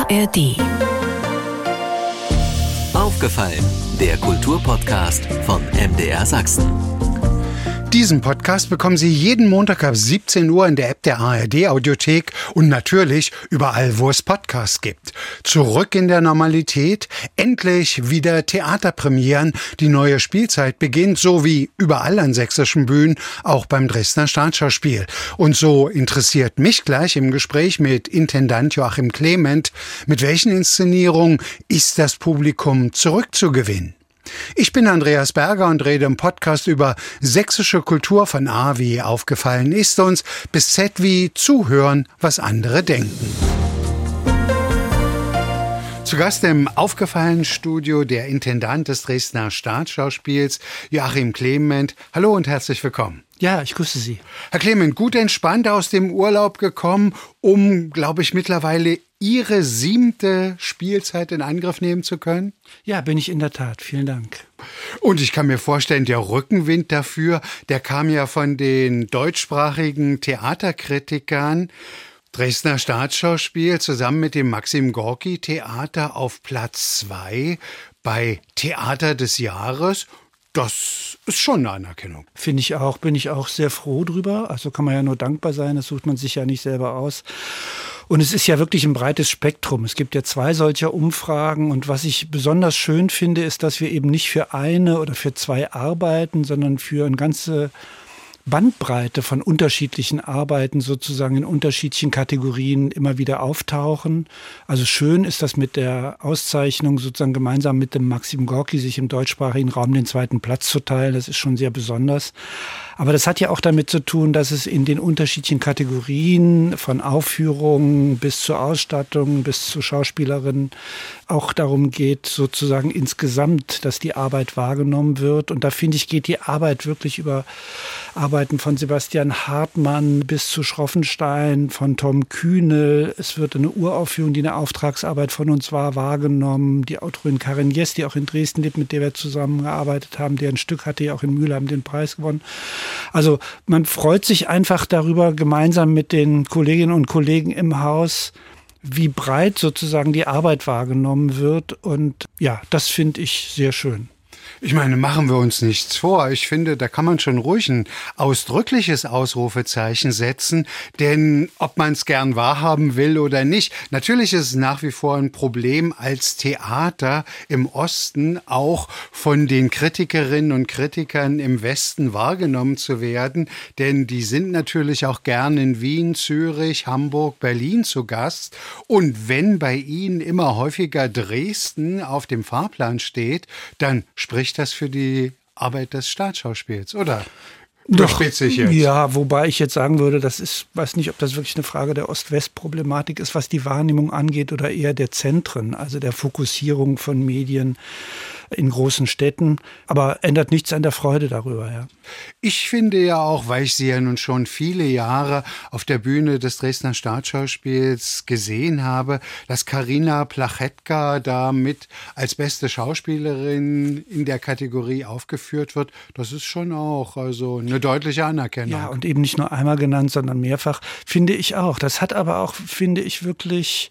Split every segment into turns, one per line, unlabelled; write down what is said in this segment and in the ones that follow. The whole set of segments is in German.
ARD.
Aufgefallen, der Kulturpodcast von MDR Sachsen.
Diesen Podcast bekommen Sie jeden Montag ab 17 Uhr in der App der ARD-Audiothek und natürlich überall, wo es Podcasts gibt. Zurück in der Normalität, endlich wieder Theaterpremieren, die neue Spielzeit beginnt, so wie überall an sächsischen Bühnen, auch beim Dresdner Staatsschauspiel. Und so interessiert mich gleich im Gespräch mit Intendant Joachim Clement, mit welchen Inszenierungen ist das Publikum zurückzugewinnen? Ich bin Andreas Berger und rede im Podcast über sächsische Kultur von A wie aufgefallen ist uns bis Z wie zuhören, was andere denken. Zu Gast im aufgefallenen Studio der Intendant des Dresdner Staatsschauspiels, Joachim Clement. Hallo und herzlich willkommen.
Ja, ich grüße Sie.
Herr Clement, gut entspannt aus dem Urlaub gekommen, um, glaube ich, mittlerweile Ihre 7. Spielzeit in Angriff nehmen zu können?
Ja, bin ich in der Tat. Vielen Dank.
Und ich kann mir vorstellen, der Rückenwind dafür, der kam ja von den deutschsprachigen Theaterkritikern. Dresdner Staatsschauspiel zusammen mit dem Maxim Gorki Theater auf Platz 2 bei Theater des Jahres. Das ist schon eine Anerkennung.
Finde ich auch, bin ich auch sehr froh drüber. Also kann man ja nur dankbar sein, das sucht man sich ja nicht selber aus. Und es ist ja wirklich ein breites Spektrum. Es gibt ja 2 solcher Umfragen. Und was ich besonders schön finde, ist, dass wir eben nicht für eine oder für 2 arbeiten, sondern für eine ganze Bandbreite von unterschiedlichen Arbeiten sozusagen in unterschiedlichen Kategorien immer wieder auftauchen. Also schön ist das mit der Auszeichnung sozusagen gemeinsam mit dem Maxim Gorki sich im deutschsprachigen Raum den 2. Platz zu teilen. Das ist schon sehr besonders. Aber das hat ja auch damit zu tun, dass es in den unterschiedlichen Kategorien von Aufführungen bis zur Ausstattung, bis zu Schauspielerinnen auch darum geht, sozusagen insgesamt, dass die Arbeit wahrgenommen wird. Und da finde ich, geht die Arbeit wirklich über Arbeiten von Sebastian Hartmann bis zu Schroffenstein, von Tom Kühnel. Es wird eine Uraufführung, die eine Auftragsarbeit von uns war, wahrgenommen. Die Autorin Karin Jess, die auch in Dresden lebt, mit der wir zusammengearbeitet haben, deren Stück hatte ja auch in Mülheim den Preis gewonnen. Also man freut sich einfach darüber, gemeinsam mit den Kolleginnen und Kollegen im Haus, wie breit sozusagen die Arbeit wahrgenommen wird. Und ja, das finde ich sehr schön.
Ich meine, machen wir uns nichts vor. Ich finde, da kann man schon ruhig ein ausdrückliches Ausrufezeichen setzen, denn ob man es gern wahrhaben will oder nicht, natürlich ist es nach wie vor ein Problem, als Theater im Osten auch von den Kritikerinnen und Kritikern im Westen wahrgenommen zu werden, denn die sind natürlich auch gern in Wien, Zürich, Hamburg, Berlin zu Gast. Und wenn bei ihnen immer häufiger Dresden auf dem Fahrplan steht, dann spricht das für die Arbeit des Staatsschauspiels, oder?
Doch,
Sich jetzt.
Ja, wobei ich jetzt sagen würde, weiß nicht, ob das wirklich eine Frage der Ost-West-Problematik ist, was die Wahrnehmung angeht, oder eher der Zentren, also der Fokussierung von Medien in großen Städten. Aber ändert nichts an der Freude darüber, ja.
Ich finde ja auch, weil ich sie ja nun schon viele Jahre auf der Bühne des Dresdner Staatsschauspiels gesehen habe, dass Karina Plachetka da mit als beste Schauspielerin in der Kategorie aufgeführt wird. Das ist schon auch also eine deutliche Anerkennung.
Ja, und eben nicht nur einmal genannt, sondern mehrfach, finde ich auch. Das hat aber auch, finde ich, wirklich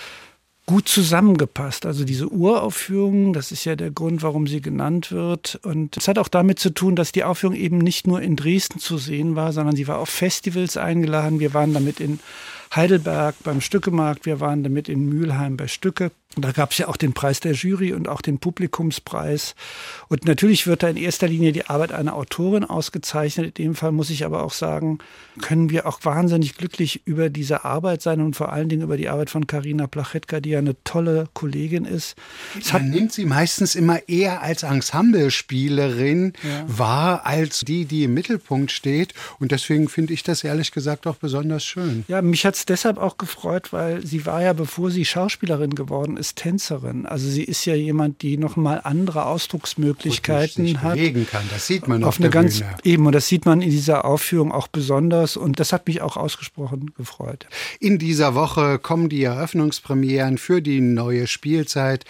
gut zusammengepasst. Also diese Uraufführung, das ist ja der Grund, warum sie genannt wird. Und es hat auch damit zu tun, dass die Aufführung eben nicht nur in Dresden zu sehen war, sondern sie war auf Festivals eingeladen. Wir waren damit in Heidelberg beim Stückemarkt, wir waren damit in Mülheim bei Stücke. Und da gab es ja auch den Preis der Jury und auch den Publikumspreis. Und natürlich wird da in erster Linie die Arbeit einer Autorin ausgezeichnet. In dem Fall muss ich aber auch sagen, können wir auch wahnsinnig glücklich über diese Arbeit sein und vor allen Dingen über die Arbeit von Karina Plachetka, die ja eine tolle Kollegin ist.
Man nimmt sie meistens immer eher als Ensemblespielerin wahr, als die im Mittelpunkt steht. Und deswegen finde ich das ehrlich gesagt auch besonders schön.
Ja, mich hat es deshalb auch gefreut, weil sie war ja, bevor sie Schauspielerin geworden ist, Tänzerin. Also sie ist ja jemand, die noch mal andere Ausdrucksmöglichkeiten hat.
Bewegen kann. Das sieht man auf
der
Bühne.
Eben, und das sieht man in dieser Aufführung auch besonders. Und das hat mich auch ausgesprochen gefreut.
In dieser Woche kommen die Eröffnungspremieren für die neue Spielzeit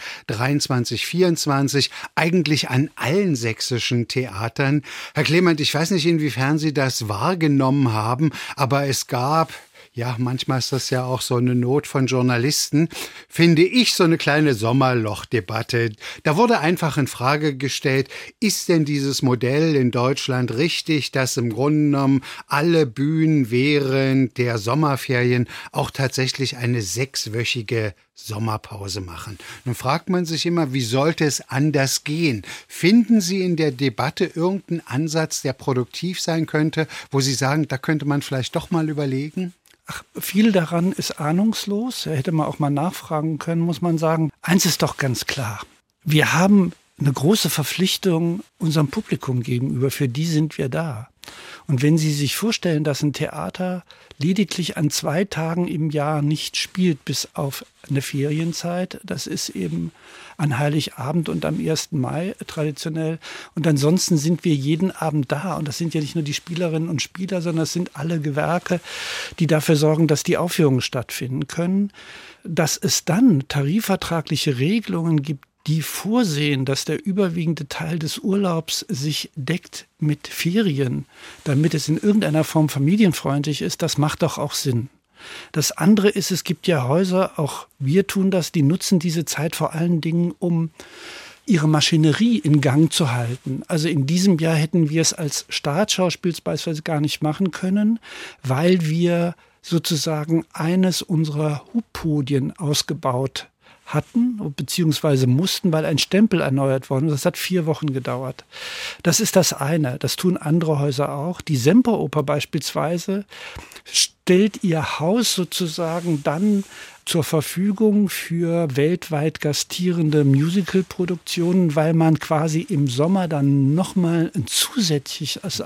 23/24 eigentlich an allen sächsischen Theatern. Herr Clement, ich weiß nicht, inwiefern Sie das wahrgenommen haben, aber es gab ja, manchmal ist das ja auch so eine Not von Journalisten, finde ich so eine kleine Sommerlochdebatte. Da wurde einfach in Frage gestellt, ist denn dieses Modell in Deutschland richtig, dass im Grunde genommen alle Bühnen während der Sommerferien auch tatsächlich eine 6-wöchige Sommerpause machen. Nun fragt man sich immer, wie sollte es anders gehen? Finden Sie in der Debatte irgendeinen Ansatz, der produktiv sein könnte, wo Sie sagen, da könnte man vielleicht doch mal überlegen?
Ach, viel daran ist ahnungslos. Da hätte man auch mal nachfragen können, muss man sagen. Eins ist doch ganz klar. Wir haben eine große Verpflichtung unserem Publikum gegenüber. Für die sind wir da. Und wenn Sie sich vorstellen, dass ein Theater lediglich an 2 Tagen im Jahr nicht spielt, bis auf eine Ferienzeit, das ist eben an Heiligabend und am 1. Mai traditionell. Und ansonsten sind wir jeden Abend da. Und das sind ja nicht nur die Spielerinnen und Spieler, sondern es sind alle Gewerke, die dafür sorgen, dass die Aufführungen stattfinden können. Dass es dann tarifvertragliche Regelungen gibt, die vorsehen, dass der überwiegende Teil des Urlaubs sich deckt mit Ferien, damit es in irgendeiner Form familienfreundlich ist, das macht doch auch Sinn. Das andere ist, es gibt ja Häuser, auch wir tun das, die nutzen diese Zeit vor allen Dingen, um ihre Maschinerie in Gang zu halten. Also in diesem Jahr hätten wir es als Staatsschauspiel beispielsweise gar nicht machen können, weil wir sozusagen eines unserer Hubpodien ausgebaut hatten, beziehungsweise mussten, weil ein Stempel erneuert worden ist. Das hat 4 Wochen gedauert. Das ist das eine. Das tun andere Häuser auch. Die Semperoper beispielsweise stellt ihr Haus sozusagen dann zur Verfügung für weltweit gastierende Musical-Produktionen, weil man quasi im Sommer dann nochmal ein zusätzliches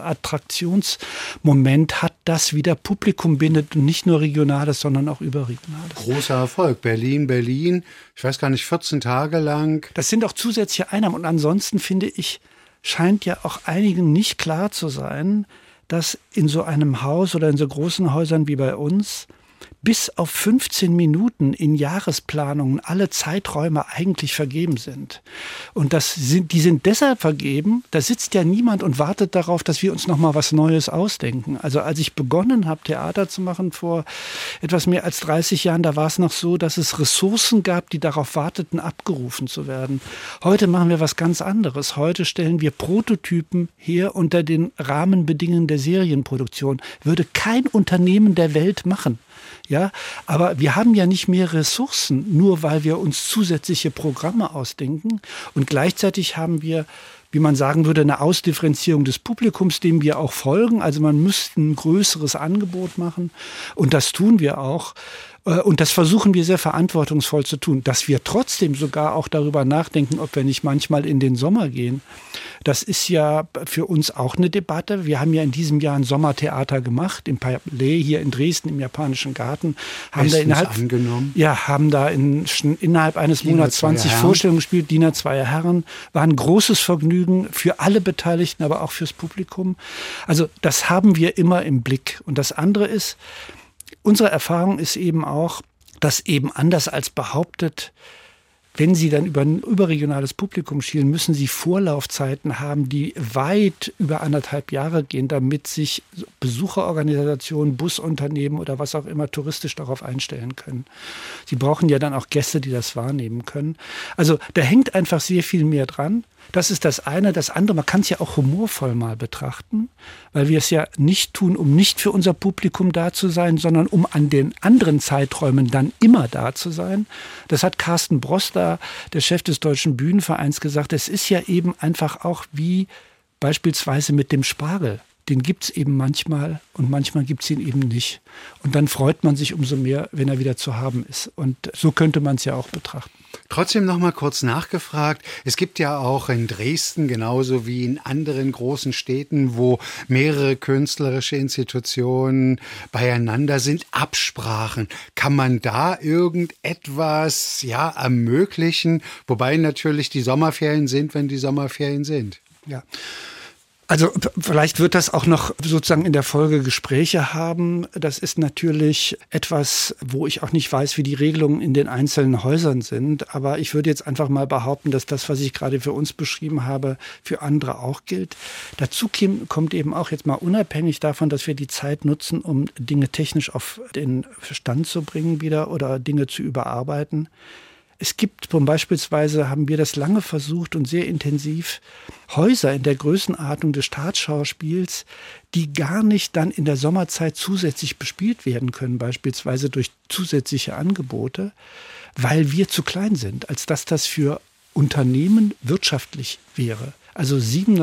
Attraktionsmoment hat, das wieder Publikum bindet und nicht nur regionales, sondern auch überregionales.
Großer Erfolg. Berlin, ich weiß gar nicht, 14 Tage lang.
Das sind auch zusätzliche Einnahmen. Und ansonsten finde ich, scheint ja auch einigen nicht klar zu sein, dass in so einem Haus oder in so großen Häusern wie bei uns bis auf 15 Minuten in Jahresplanungen alle Zeiträume eigentlich vergeben sind. Und die sind deshalb vergeben, da sitzt ja niemand und wartet darauf, dass wir uns noch mal was Neues ausdenken. Also als ich begonnen habe, Theater zu machen vor etwas mehr als 30 Jahren, da war es noch so, dass es Ressourcen gab, die darauf warteten, abgerufen zu werden. Heute machen wir was ganz anderes. Heute stellen wir Prototypen her unter den Rahmenbedingungen der Serienproduktion. Würde kein Unternehmen der Welt machen. Ja, aber wir haben ja nicht mehr Ressourcen, nur weil wir uns zusätzliche Programme ausdenken. Und gleichzeitig haben wir, wie man sagen würde, eine Ausdifferenzierung des Publikums, dem wir auch folgen. Also man müsste ein größeres Angebot machen. Und das tun wir auch. Und das versuchen wir sehr verantwortungsvoll zu tun. Dass wir trotzdem sogar auch darüber nachdenken, ob wir nicht manchmal in den Sommer gehen. Das ist ja für uns auch eine Debatte. Wir haben ja in diesem Jahr ein Sommertheater gemacht, im Palais hier in Dresden, im Japanischen Garten. Haben da innerhalb eines Monats 20 Vorstellungen gespielt. Diener zweier Herren. War ein großes Vergnügen für alle Beteiligten, aber auch fürs Publikum. Also das haben wir immer im Blick. Und das andere ist, unsere Erfahrung ist eben auch, dass eben anders als behauptet, wenn Sie dann über ein überregionales Publikum schielen, müssen Sie Vorlaufzeiten haben, die weit über 1,5 Jahre gehen, damit sich Besucherorganisationen, Busunternehmen oder was auch immer touristisch darauf einstellen können. Sie brauchen ja dann auch Gäste, die das wahrnehmen können. Also da hängt einfach sehr viel mehr dran. Das ist das eine. Das andere, man kann es ja auch humorvoll mal betrachten, weil wir es ja nicht tun, um nicht für unser Publikum da zu sein, sondern um an den anderen Zeiträumen dann immer da zu sein. Das hat Carsten Broster, der Chef des Deutschen Bühnenvereins, gesagt. Es ist ja eben einfach auch wie beispielsweise mit dem Spargel. Den gibt es eben manchmal und manchmal gibt es ihn eben nicht. Und dann freut man sich umso mehr, wenn er wieder zu haben ist. Und so könnte man es ja auch betrachten.
Trotzdem noch mal kurz nachgefragt. Es gibt ja auch in Dresden genauso wie in anderen großen Städten, wo mehrere künstlerische Institutionen beieinander sind, Absprachen. Kann man da irgendetwas ermöglichen? Wobei natürlich die Sommerferien sind, wenn die Sommerferien sind.
Ja. Also vielleicht wird das auch noch sozusagen in der Folge Gespräche haben. Das ist natürlich etwas, wo ich auch nicht weiß, wie die Regelungen in den einzelnen Häusern sind. Aber ich würde jetzt einfach mal behaupten, dass das, was ich gerade für uns beschrieben habe, für andere auch gilt. Dazu kommt eben auch jetzt mal unabhängig davon, dass wir die Zeit nutzen, um Dinge technisch auf den Stand zu bringen wieder oder Dinge zu überarbeiten. Es gibt beispielsweise, haben wir das lange versucht und sehr intensiv, Häuser in der Größenordnung des Staatsschauspiels, die gar nicht dann in der Sommerzeit zusätzlich bespielt werden können, beispielsweise durch zusätzliche Angebote, weil wir zu klein sind, als dass das für Unternehmen wirtschaftlich wäre. Also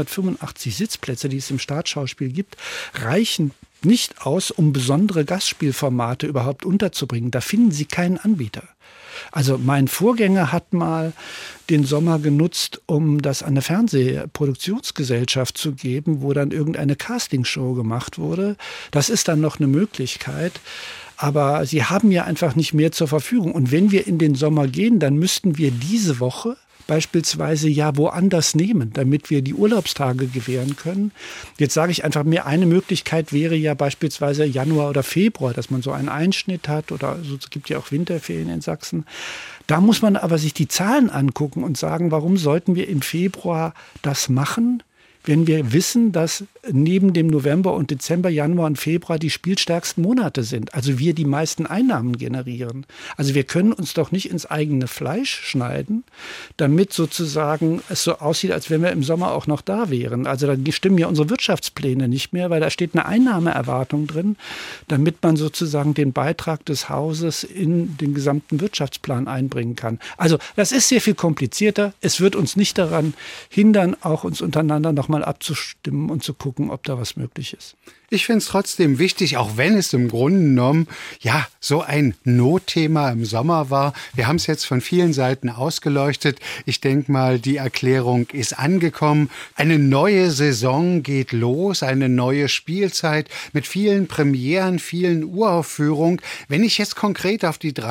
785 Sitzplätze, die es im Staatsschauspiel gibt, reichen nicht aus, um besondere Gastspielformate überhaupt unterzubringen. Da finden Sie keinen Anbieter. Also mein Vorgänger hat mal den Sommer genutzt, um das an eine Fernsehproduktionsgesellschaft zu geben, wo dann irgendeine Castingshow gemacht wurde. Das ist dann noch eine Möglichkeit. Aber sie haben ja einfach nicht mehr zur Verfügung. Und wenn wir in den Sommer gehen, dann müssten wir diese Woche beispielsweise ja woanders nehmen, damit wir die Urlaubstage gewähren können. Jetzt sage ich einfach, mir eine Möglichkeit wäre ja beispielsweise Januar oder Februar, dass man so einen Einschnitt hat oder so, es gibt ja auch Winterferien in Sachsen. Da muss man aber sich die Zahlen angucken und sagen, warum sollten wir im Februar das machen, wenn wir wissen, dass neben dem November und Dezember, Januar und Februar die spielstärksten Monate sind. Also wir die meisten Einnahmen generieren. Also wir können uns doch nicht ins eigene Fleisch schneiden, damit sozusagen es so aussieht, als wenn wir im Sommer auch noch da wären. Also da stimmen ja unsere Wirtschaftspläne nicht mehr, weil da steht eine Einnahmeerwartung drin, damit man sozusagen den Beitrag des Hauses in den gesamten Wirtschaftsplan einbringen kann. Also das ist sehr viel komplizierter. Es wird uns nicht daran hindern, auch uns untereinander nochmal abzustimmen und zu gucken, ob da was möglich ist.
Ich finde es trotzdem wichtig, auch wenn es im Grunde genommen ja so ein Notthema im Sommer war. Wir haben es jetzt von vielen Seiten ausgeleuchtet. Ich denke mal, die Erklärung ist angekommen. Eine neue Saison geht los, eine neue Spielzeit mit vielen Premieren, vielen Uraufführungen. Wenn ich jetzt konkret auf die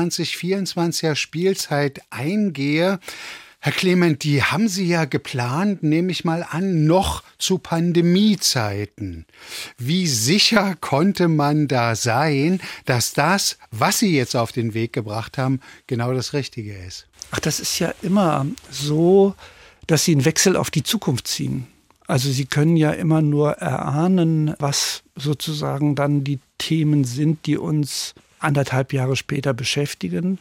23-24er Spielzeit eingehe, Herr Clement, die haben Sie ja geplant, nehme ich mal an, noch zu Pandemiezeiten. Wie sicher konnte man da sein, dass das, was Sie jetzt auf den Weg gebracht haben, genau das Richtige ist?
Ach, das ist ja immer so, dass Sie einen Wechsel auf die Zukunft ziehen. Also Sie können ja immer nur erahnen, was sozusagen dann die Themen sind, die uns 1,5 Jahre später beschäftigen.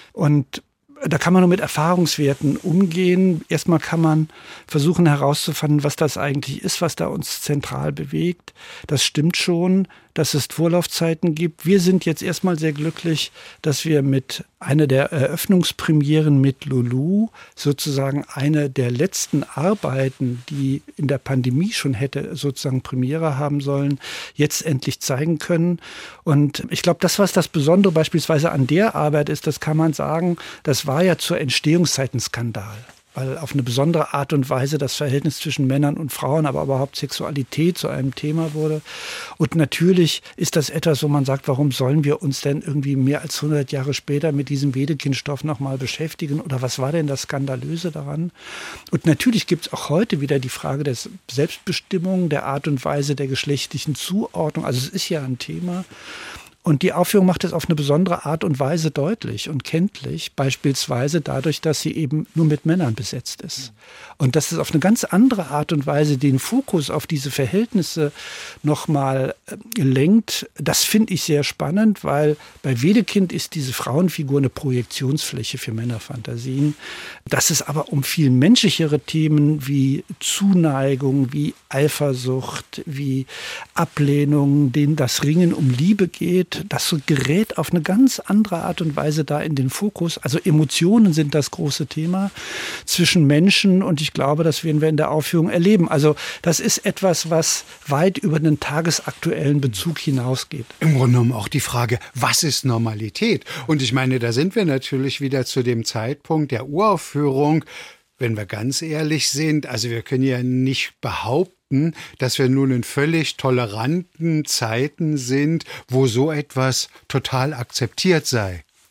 Und da kann man nur mit Erfahrungswerten umgehen. Erstmal kann man versuchen herauszufinden, was das eigentlich ist, was da uns zentral bewegt. Das stimmt schon, dass es Vorlaufzeiten gibt. Wir sind jetzt erstmal sehr glücklich, dass wir mit einer der Eröffnungspremieren mit Lulu sozusagen eine der letzten Arbeiten, die in der Pandemie schon hätte sozusagen Premiere haben sollen, jetzt endlich zeigen können. Und ich glaube, das, was das Besondere beispielsweise an der Arbeit ist, das kann man sagen, das war ja zur Entstehungszeit ein Skandal. Weil auf eine besondere Art und Weise das Verhältnis zwischen Männern und Frauen, aber überhaupt Sexualität zu einem Thema wurde. Und natürlich ist das etwas, wo man sagt, warum sollen wir uns denn irgendwie mehr als 100 Jahre später mit diesem Wedekind-Stoff nochmal beschäftigen? Oder was war denn das Skandalöse daran? Und natürlich gibt es auch heute wieder die Frage der Selbstbestimmung, der Art und Weise der geschlechtlichen Zuordnung. Also es ist ja ein Thema. Und die Aufführung macht es auf eine besondere Art und Weise deutlich und kenntlich, beispielsweise dadurch, dass sie eben nur mit Männern besetzt ist. Und dass es auf eine ganz andere Art und Weise den Fokus auf diese Verhältnisse nochmal lenkt, das finde ich sehr spannend, weil bei Wedekind ist diese Frauenfigur eine Projektionsfläche für Männerfantasien. Dass es aber um viel menschlichere Themen wie Zuneigung, wie Eifersucht, wie Ablehnung, denen das Ringen um Liebe geht, das gerät auf eine ganz andere Art und Weise da in den Fokus. Also Emotionen sind das große Thema zwischen Menschen und ich glaube, das werden wir in der Aufführung erleben. Also das ist etwas, was weit über den tagesaktuellen Bezug hinausgeht.
Im Grunde genommen auch die Frage, was ist Normalität? Und ich meine, da sind wir natürlich wieder zu dem Zeitpunkt der Uraufführung, wenn wir ganz ehrlich sind, also wir können ja nicht behaupten, dass wir nun in völlig toleranten Zeiten sind, wo so etwas total akzeptiert sei.
Nee,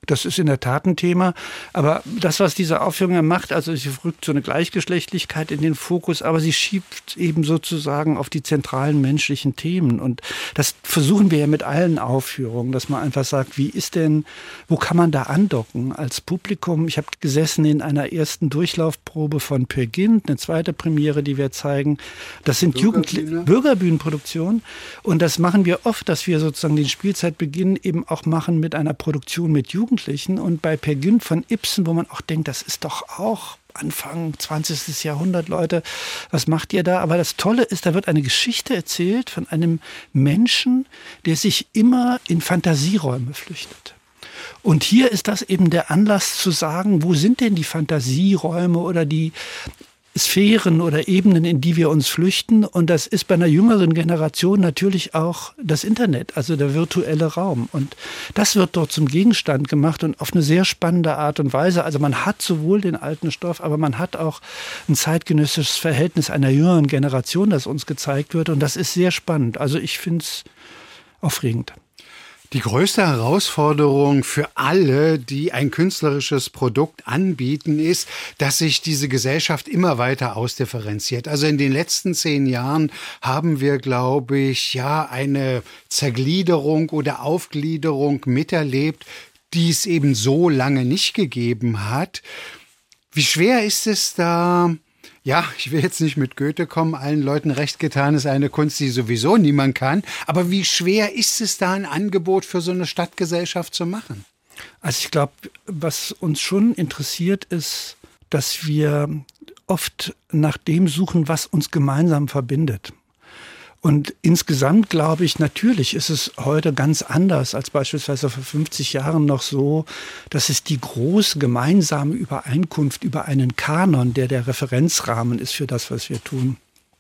Das ist in der Tat ein Thema. Aber das, was diese Aufführung macht, also sie rückt so eine Gleichgeschlechtlichkeit in den Fokus, aber sie schiebt eben sozusagen auf die zentralen menschlichen Themen. Und das versuchen wir ja mit allen Aufführungen, dass man einfach sagt, wo kann man da andocken als Publikum? Ich habe gesessen in einer ersten Durchlaufprobe von Peer Gynt, eine zweite Premiere, die wir zeigen. Das sind Bürgerbühnenproduktionen. Und das machen wir oft, dass wir sozusagen den Spielzeitbeginn eben auch machen mit einer Produktion mit Jugendlichen. Und bei Peer Gynt von Ibsen, wo man auch denkt, das ist doch auch Anfang 20. Jahrhundert, Leute, was macht ihr da? Aber das Tolle ist, da wird eine Geschichte erzählt von einem Menschen, der sich immer in Fantasieräume flüchtet. Und hier ist das eben der Anlass zu sagen, wo sind denn die Fantasieräume oder die Sphären oder Ebenen, in die wir uns flüchten. Und das ist bei einer jüngeren Generation natürlich auch das Internet, also der virtuelle Raum. Und das wird dort zum Gegenstand gemacht und auf eine sehr spannende Art und Weise. Also man hat sowohl den alten Stoff, aber man hat auch ein zeitgenössisches Verhältnis einer jüngeren Generation, das uns gezeigt wird. Und das ist sehr spannend. Also ich finde es aufregend.
Die größte Herausforderung für alle, die ein künstlerisches Produkt anbieten, ist, dass sich diese Gesellschaft immer weiter ausdifferenziert. Also in den letzten 10 Jahren haben wir, glaube ich, eine Zergliederung oder Aufgliederung miterlebt, die es eben so lange nicht gegeben hat. Wie schwer ist es da? Ja, ich will jetzt nicht mit Goethe kommen, allen Leuten recht getan ist eine Kunst, die sowieso niemand kann. Aber wie schwer ist es da, ein Angebot für so eine Stadtgesellschaft zu machen?
Also ich glaube, was uns schon interessiert ist, dass wir oft nach dem suchen, was uns gemeinsam verbindet. Und insgesamt glaube ich, natürlich ist es heute ganz anders als beispielsweise vor 50 Jahren noch so, dass es die große gemeinsame Übereinkunft über einen Kanon, der Referenzrahmen ist für das, was wir tun,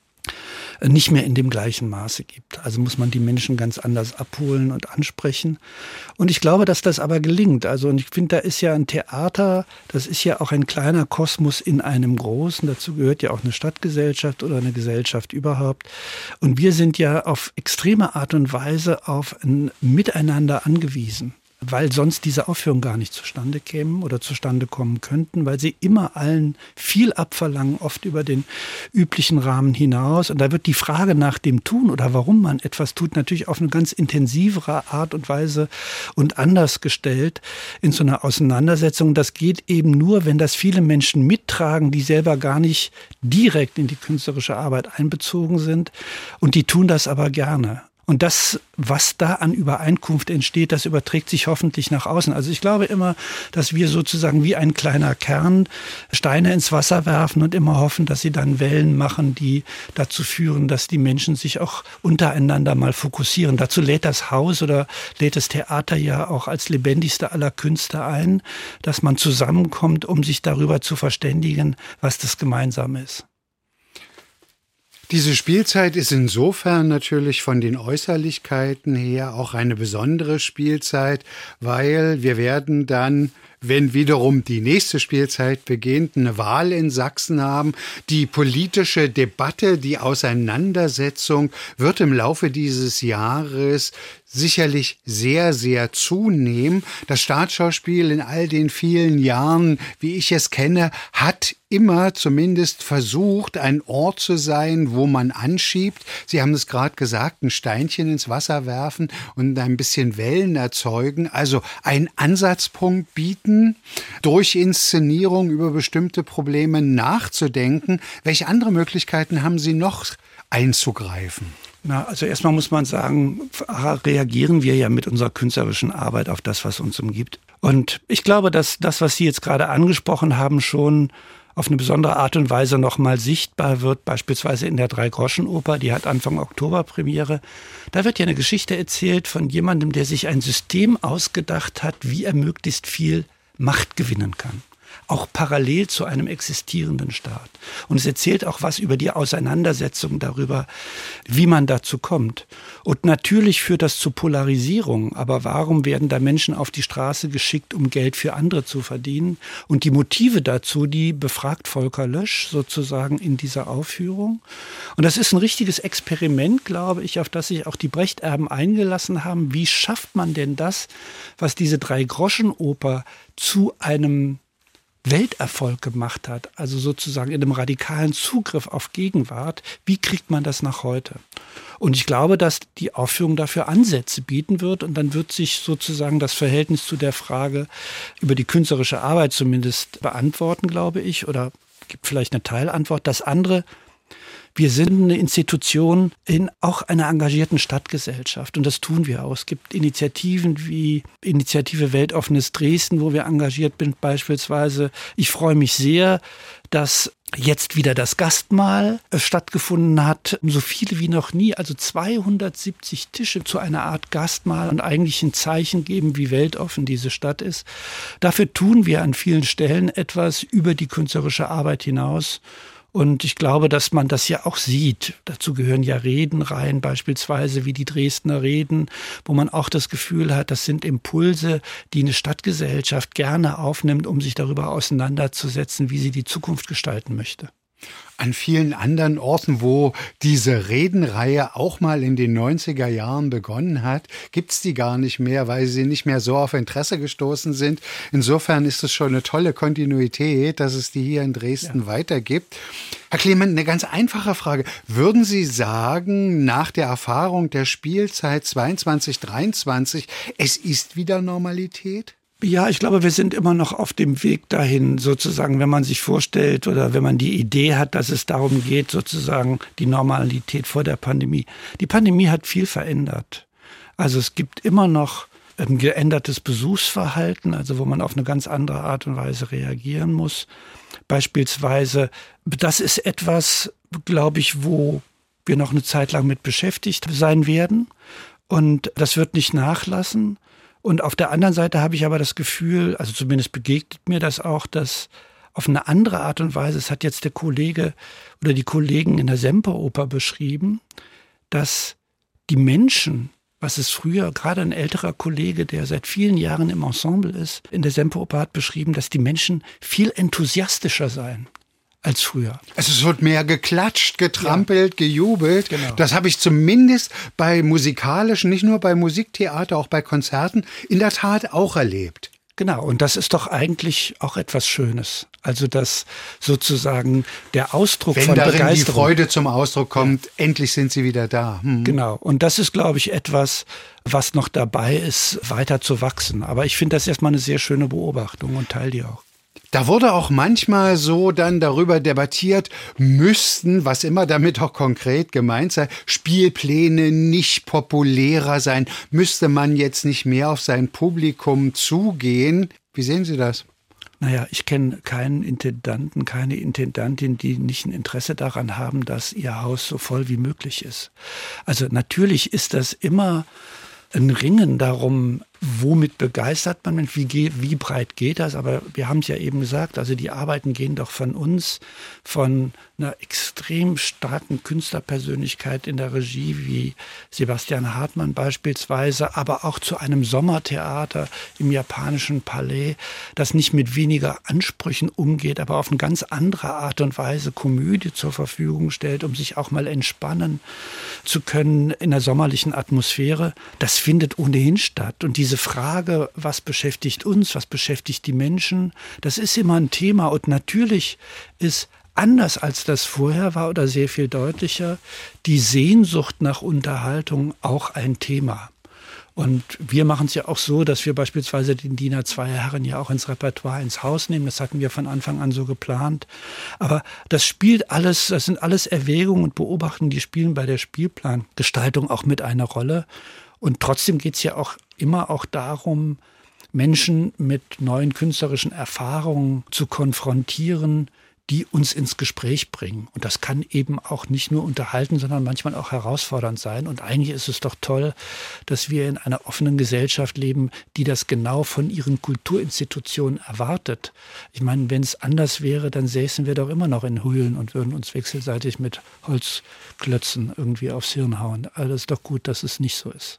nicht mehr in dem gleichen Maße gibt. Also muss man die Menschen ganz anders abholen und ansprechen. Und ich glaube, dass das aber gelingt. Also, und ich finde, da ist ja ein Theater, das ist ja auch ein kleiner Kosmos in einem großen. Dazu gehört ja auch eine Stadtgesellschaft oder eine Gesellschaft überhaupt. Und wir sind ja auf extreme Art und Weise auf ein Miteinander angewiesen, weil sonst diese Aufführungen gar nicht zustande kämen oder zustande kommen könnten, weil sie immer allen viel abverlangen, oft über den üblichen Rahmen hinaus. Und da wird die Frage nach dem Tun oder warum man etwas tut, natürlich auf eine ganz intensivere Art und Weise und anders gestellt in so einer Auseinandersetzung. Das geht eben nur, wenn das viele Menschen mittragen, die selber gar nicht direkt in die künstlerische Arbeit einbezogen sind. Und die tun das aber gerne. Und das, was da an Übereinkunft entsteht, das überträgt sich hoffentlich nach außen. Also ich glaube immer, dass wir sozusagen wie ein kleiner Kern Steine ins Wasser werfen und immer hoffen, dass sie dann Wellen machen, die dazu führen, dass die Menschen sich auch untereinander mal fokussieren. Dazu lädt das Haus oder lädt das Theater ja auch als lebendigste aller Künste ein, dass man zusammenkommt, um sich darüber zu verständigen, was das Gemeinsame ist.
Diese Spielzeit ist insofern natürlich von den Äußerlichkeiten her auch eine besondere Spielzeit, weil wir werden dann, wenn wiederum die nächste Spielzeit beginnt, eine Wahl in Sachsen haben. Die politische Debatte, die Auseinandersetzung wird im Laufe dieses Jahres sicherlich sehr, sehr zunehmen. Das Staatsschauspiel in all den vielen Jahren, wie ich es kenne, hat immer zumindest versucht, ein Ort zu sein, wo man anschiebt. Sie haben es gerade gesagt, ein Steinchen ins Wasser werfen und ein bisschen Wellen erzeugen. Also einen Ansatzpunkt bieten, durch Inszenierung über bestimmte Probleme nachzudenken. Welche andere Möglichkeiten haben Sie noch einzugreifen?
Also erstmal muss man sagen, reagieren wir ja mit unserer künstlerischen Arbeit auf das, was uns umgibt. Und ich glaube, dass das, was Sie jetzt gerade angesprochen haben, schon auf eine besondere Art und Weise nochmal sichtbar wird, beispielsweise in der Drei-Groschen-Oper, die hat Anfang Oktober Premiere. Da wird ja eine Geschichte erzählt von jemandem, der sich ein System ausgedacht hat, wie er möglichst viel Macht gewinnen kann. auch parallel zu einem existierenden Staat. Und es erzählt auch was über die Auseinandersetzung darüber, wie man dazu kommt. Und natürlich führt das zu Polarisierung. Aber warum werden da Menschen auf die Straße geschickt, um Geld für andere zu verdienen? Und die Motive dazu, die befragt Volker Lösch sozusagen in dieser Aufführung. Und das ist ein richtiges Experiment, glaube ich, auf das sich auch die Brechterben eingelassen haben. Wie schafft man denn das, was diese Drei-Groschen-Oper zu einem Welterfolg gemacht hat, also sozusagen in einem radikalen Zugriff auf Gegenwart, wie kriegt man das nach heute? Und ich glaube, dass die Aufführung dafür Ansätze bieten wird und dann wird sich sozusagen das Verhältnis zu der Frage über die künstlerische Arbeit zumindest beantworten, glaube ich, oder gibt vielleicht eine Teilantwort. Das andere: Wir sind eine Institution in auch einer engagierten Stadtgesellschaft und das tun wir auch. Es gibt Initiativen wie Initiative Weltoffenes Dresden, wo wir engagiert sind beispielsweise. Ich freue mich sehr, dass jetzt wieder das Gastmahl stattgefunden hat. So viele wie noch nie, also 270 Tische zu einer Art Gastmahl und eigentlich ein Zeichen geben, wie weltoffen diese Stadt ist. Dafür tun wir an vielen Stellen etwas über die künstlerische Arbeit hinaus. Und ich glaube, dass man das ja auch sieht. Dazu gehören ja Redenreihen, beispielsweise wie die Dresdner Reden, wo man auch das Gefühl hat, das sind Impulse, die eine Stadtgesellschaft gerne aufnimmt, um sich darüber auseinanderzusetzen, wie sie die Zukunft gestalten möchte.
An vielen anderen Orten, wo diese Redenreihe auch mal in den 90er Jahren begonnen hat, gibt's die gar nicht mehr, weil sie nicht mehr so auf Interesse gestoßen sind. Insofern ist es schon eine tolle Kontinuität, dass es die hier in Dresden weitergibt. Herr Clement, eine ganz einfache Frage. Würden Sie sagen, nach der Erfahrung der Spielzeit 22/23, es ist wieder Normalität?
Ja, ich glaube, wir sind immer noch auf dem Weg dahin, sozusagen, wenn man sich vorstellt oder wenn man die Idee hat, dass es darum geht, sozusagen die Normalität vor der Pandemie. Die Pandemie hat viel verändert. Also es gibt immer noch ein geändertes Besuchsverhalten, also wo man auf eine ganz andere Art und Weise reagieren muss. Beispielsweise, das ist etwas, glaube ich, wo wir noch eine Zeit lang mit beschäftigt sein werden. Und das wird nicht nachlassen. Und auf der anderen Seite habe ich aber das Gefühl, also zumindest begegnet mir das auch, dass auf eine andere Art und Weise, es hat jetzt der Kollege oder die Kollegen in der Semperoper beschrieben, dass die Menschen, was es früher, gerade ein älterer Kollege, der seit vielen Jahren im Ensemble ist, in der Semperoper hat beschrieben, dass die Menschen viel enthusiastischer seien als früher.
Also es wird mehr geklatscht, getrampelt, gejubelt.
Genau.
Das habe ich zumindest bei musikalischen, nicht nur bei Musiktheater, auch bei Konzerten, in der Tat auch erlebt.
Genau, und das ist doch eigentlich auch etwas Schönes. Also dass sozusagen der Ausdruck
Wenn
von
darin
Begeisterung,
die Freude zum Ausdruck kommt, endlich sind sie wieder da.
Genau, und das ist, glaube ich, etwas, was noch dabei ist, weiter zu wachsen. Aber ich finde das erstmal eine sehr schöne Beobachtung und teile die auch.
Da wurde auch manchmal so dann darüber debattiert, müssten, was immer damit auch konkret gemeint sei, Spielpläne nicht populärer sein, müsste man jetzt nicht mehr auf sein Publikum zugehen. Wie sehen Sie das?
Naja, ich kenne keinen Intendanten, keine Intendantin, die nicht ein Interesse daran haben, dass ihr Haus so voll wie möglich ist. Also natürlich ist das immer ein Ringen darum, womit begeistert man Menschen, wie breit geht das? Aber wir haben es ja eben gesagt, also die Arbeiten gehen doch von uns, von einer extrem starken Künstlerpersönlichkeit in der Regie wie Sebastian Hartmann beispielsweise, aber auch zu einem Sommertheater im japanischen Palais, das nicht mit weniger Ansprüchen umgeht, aber auf eine ganz andere Art und Weise Komödie zur Verfügung stellt, um sich auch mal entspannen zu können in der sommerlichen Atmosphäre. Das findet ohnehin statt. Und diese Frage, was beschäftigt uns, was beschäftigt die Menschen, das ist immer ein Thema. Und natürlich ist anders als das vorher war oder sehr viel deutlicher, die Sehnsucht nach Unterhaltung auch ein Thema. Und wir machen es ja auch so, dass wir beispielsweise den Diener Zweier Herren ja auch ins Repertoire, ins Haus nehmen. Das hatten wir von Anfang an so geplant. Aber das spielt alles, das sind alles Erwägungen und Beobachtungen, die spielen bei der Spielplangestaltung auch mit einer Rolle. Und trotzdem geht es ja auch immer auch darum, Menschen mit neuen künstlerischen Erfahrungen zu konfrontieren, die uns ins Gespräch bringen. Und das kann eben auch nicht nur unterhalten, sondern manchmal auch herausfordernd sein. Und eigentlich ist es doch toll, dass wir in einer offenen Gesellschaft leben, die das genau von ihren Kulturinstitutionen erwartet. Ich meine, wenn es anders wäre, dann säßen wir doch immer noch in Höhlen und würden uns wechselseitig mit Holzklötzen irgendwie aufs Hirn hauen. Also es ist doch gut, dass es nicht so ist.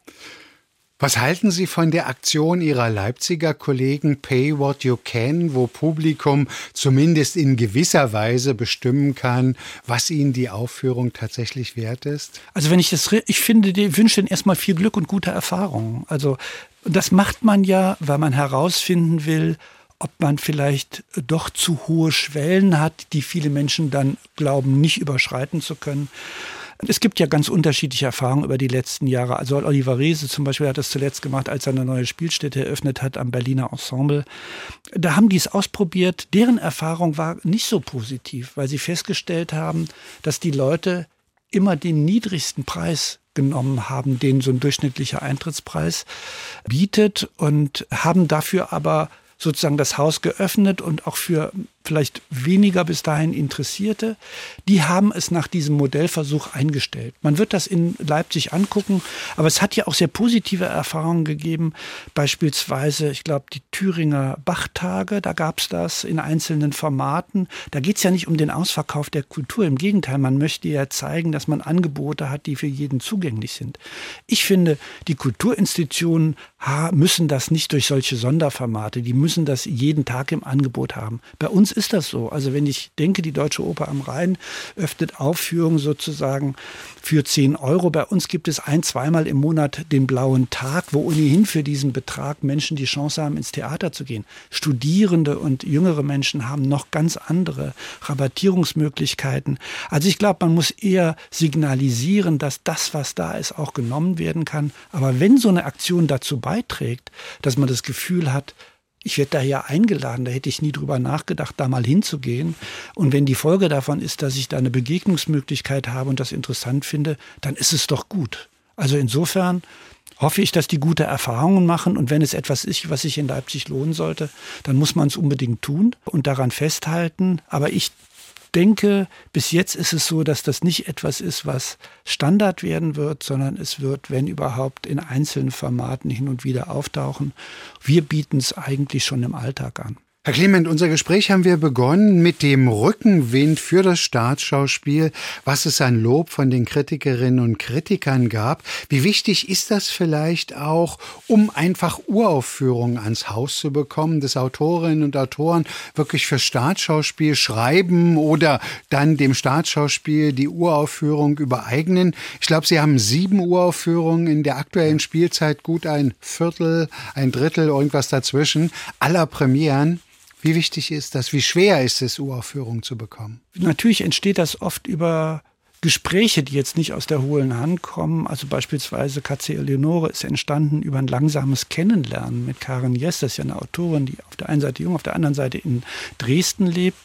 Was halten Sie von der Aktion Ihrer Leipziger Kollegen Pay What You Can, wo Publikum zumindest in gewisser Weise bestimmen kann, was ihnen die Aufführung tatsächlich wert ist?
Also ich wünsche denen erstmal viel Glück und gute Erfahrungen. Also das macht man ja, weil man herausfinden will, ob man vielleicht doch zu hohe Schwellen hat, die viele Menschen dann glauben, nicht überschreiten zu können. Es gibt ja ganz unterschiedliche Erfahrungen über die letzten Jahre. Also Oliver Reese zum Beispiel hat das zuletzt gemacht, als er eine neue Spielstätte eröffnet hat am Berliner Ensemble. Da haben die es ausprobiert. Deren Erfahrung war nicht so positiv, weil sie festgestellt haben, dass die Leute immer den niedrigsten Preis genommen haben, den so ein durchschnittlicher Eintrittspreis bietet, und haben dafür aber sozusagen das Haus geöffnet und auch für vielleicht weniger bis dahin Interessierte, die haben es nach diesem Modellversuch eingestellt. Man wird das in Leipzig angucken, aber es hat ja auch sehr positive Erfahrungen gegeben. Beispielsweise, ich glaube, die Thüringer Bachtage, da gab es das in einzelnen Formaten. Da geht es ja nicht um den Ausverkauf der Kultur. Im Gegenteil, man möchte ja zeigen, dass man Angebote hat, die für jeden zugänglich sind. Ich finde, die Kulturinstitutionen müssen das nicht durch solche Sonderformate, die müssen das jeden Tag im Angebot haben. Bei uns ist das so. Also wenn ich denke, die Deutsche Oper am Rhein öffnet Aufführungen sozusagen für 10 €. Bei uns gibt es 1-2 Mal im Monat den Blauen Tag, wo ohnehin für diesen Betrag Menschen die Chance haben, ins Theater zu gehen. Studierende und jüngere Menschen haben noch ganz andere Rabattierungsmöglichkeiten. Also ich glaube, man muss eher signalisieren, dass das, was da ist, auch genommen werden kann. Aber wenn so eine Aktion dazu beiträgt, dass man das Gefühl hat, ich werde da ja eingeladen, da hätte ich nie drüber nachgedacht, da mal hinzugehen. Und wenn die Folge davon ist, dass ich da eine Begegnungsmöglichkeit habe und das interessant finde, dann ist es doch gut. Also insofern hoffe ich, dass die gute Erfahrungen machen. Und wenn es etwas ist, was sich in Leipzig lohnen sollte, dann muss man es unbedingt tun und daran festhalten. Aber ich denke, bis jetzt ist es so, dass das nicht etwas ist, was Standard werden wird, sondern es wird, wenn überhaupt, in einzelnen Formaten hin und wieder auftauchen. Wir bieten es eigentlich schon im Alltag an.
Herr Clement, unser Gespräch haben wir begonnen mit dem Rückenwind für das Staatsschauspiel, was es an Lob von den Kritikerinnen und Kritikern gab. Wie wichtig ist das vielleicht auch, um einfach Uraufführungen ans Haus zu bekommen, dass Autorinnen und Autoren wirklich für Staatsschauspiel schreiben oder dann dem Staatsschauspiel die Uraufführung übereignen? Ich glaube, Sie haben 7 Uraufführungen in der aktuellen Spielzeit, gut ein Viertel, ein Drittel, irgendwas dazwischen, aller Premieren. Wie wichtig ist das? Wie schwer ist es, Uraufführungen zu bekommen?
Natürlich entsteht das oft über Gespräche, die jetzt nicht aus der hohlen Hand kommen. Also beispielsweise Katze Eleonore ist entstanden über ein langsames Kennenlernen mit Karin Jess. Das ist ja eine Autorin, die auf der einen Seite jung, auf der anderen Seite in Dresden lebt.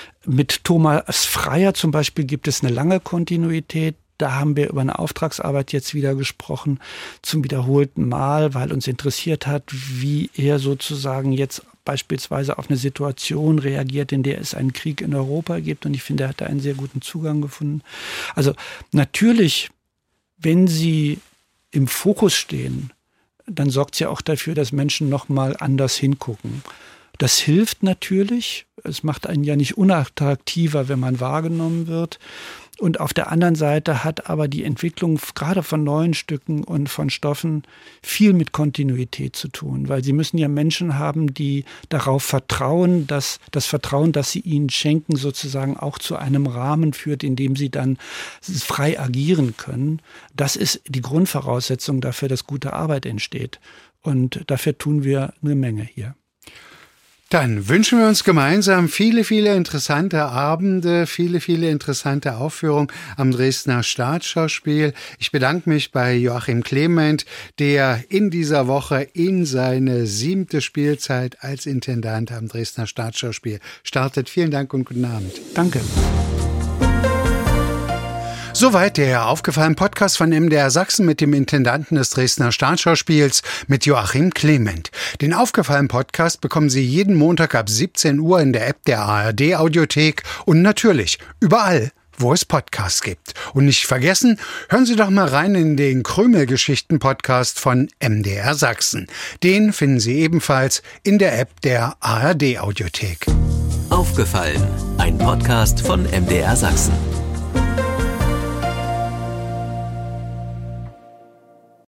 Mit Thomas Freier zum Beispiel gibt es eine lange Kontinuität. Da haben wir über eine Auftragsarbeit jetzt wieder gesprochen, zum wiederholten Mal, weil uns interessiert hat, wie er sozusagen jetzt beispielsweise auf eine Situation reagiert, in der es einen Krieg in Europa gibt. Und ich finde, er hat da einen sehr guten Zugang gefunden. Also natürlich, wenn Sie im Fokus stehen, dann sorgt es ja auch dafür, dass Menschen noch mal anders hingucken. Das hilft natürlich. Es macht einen ja nicht unattraktiver, wenn man wahrgenommen wird. Und auf der anderen Seite hat aber die Entwicklung gerade von neuen Stücken und von Stoffen viel mit Kontinuität zu tun, weil sie müssen ja Menschen haben, die darauf vertrauen, dass das Vertrauen, das sie ihnen schenken, sozusagen auch zu einem Rahmen führt, in dem sie dann frei agieren können. Das ist die Grundvoraussetzung dafür, dass gute Arbeit entsteht. Und dafür tun wir eine Menge hier.
Dann wünschen wir uns gemeinsam viele, viele interessante Abende, viele, viele interessante Aufführungen am Dresdner Staatsschauspiel. Ich bedanke mich bei Joachim Clement, der in dieser Woche in seine 7. Spielzeit als Intendant am Dresdner Staatsschauspiel startet. Vielen Dank und guten Abend.
Danke.
Soweit der aufgefallene Podcast von MDR Sachsen mit dem Intendanten des Dresdner Staatsschauspiels, mit Joachim Clement. Den Aufgefallen-Podcast bekommen Sie jeden Montag ab 17 Uhr in der App der ARD-Audiothek und natürlich überall, wo es Podcasts gibt. Und nicht vergessen, hören Sie doch mal rein in den Krümel-Geschichten-Podcast von MDR Sachsen. Den finden Sie ebenfalls in der App der ARD-Audiothek.
Aufgefallen, ein Podcast von MDR Sachsen.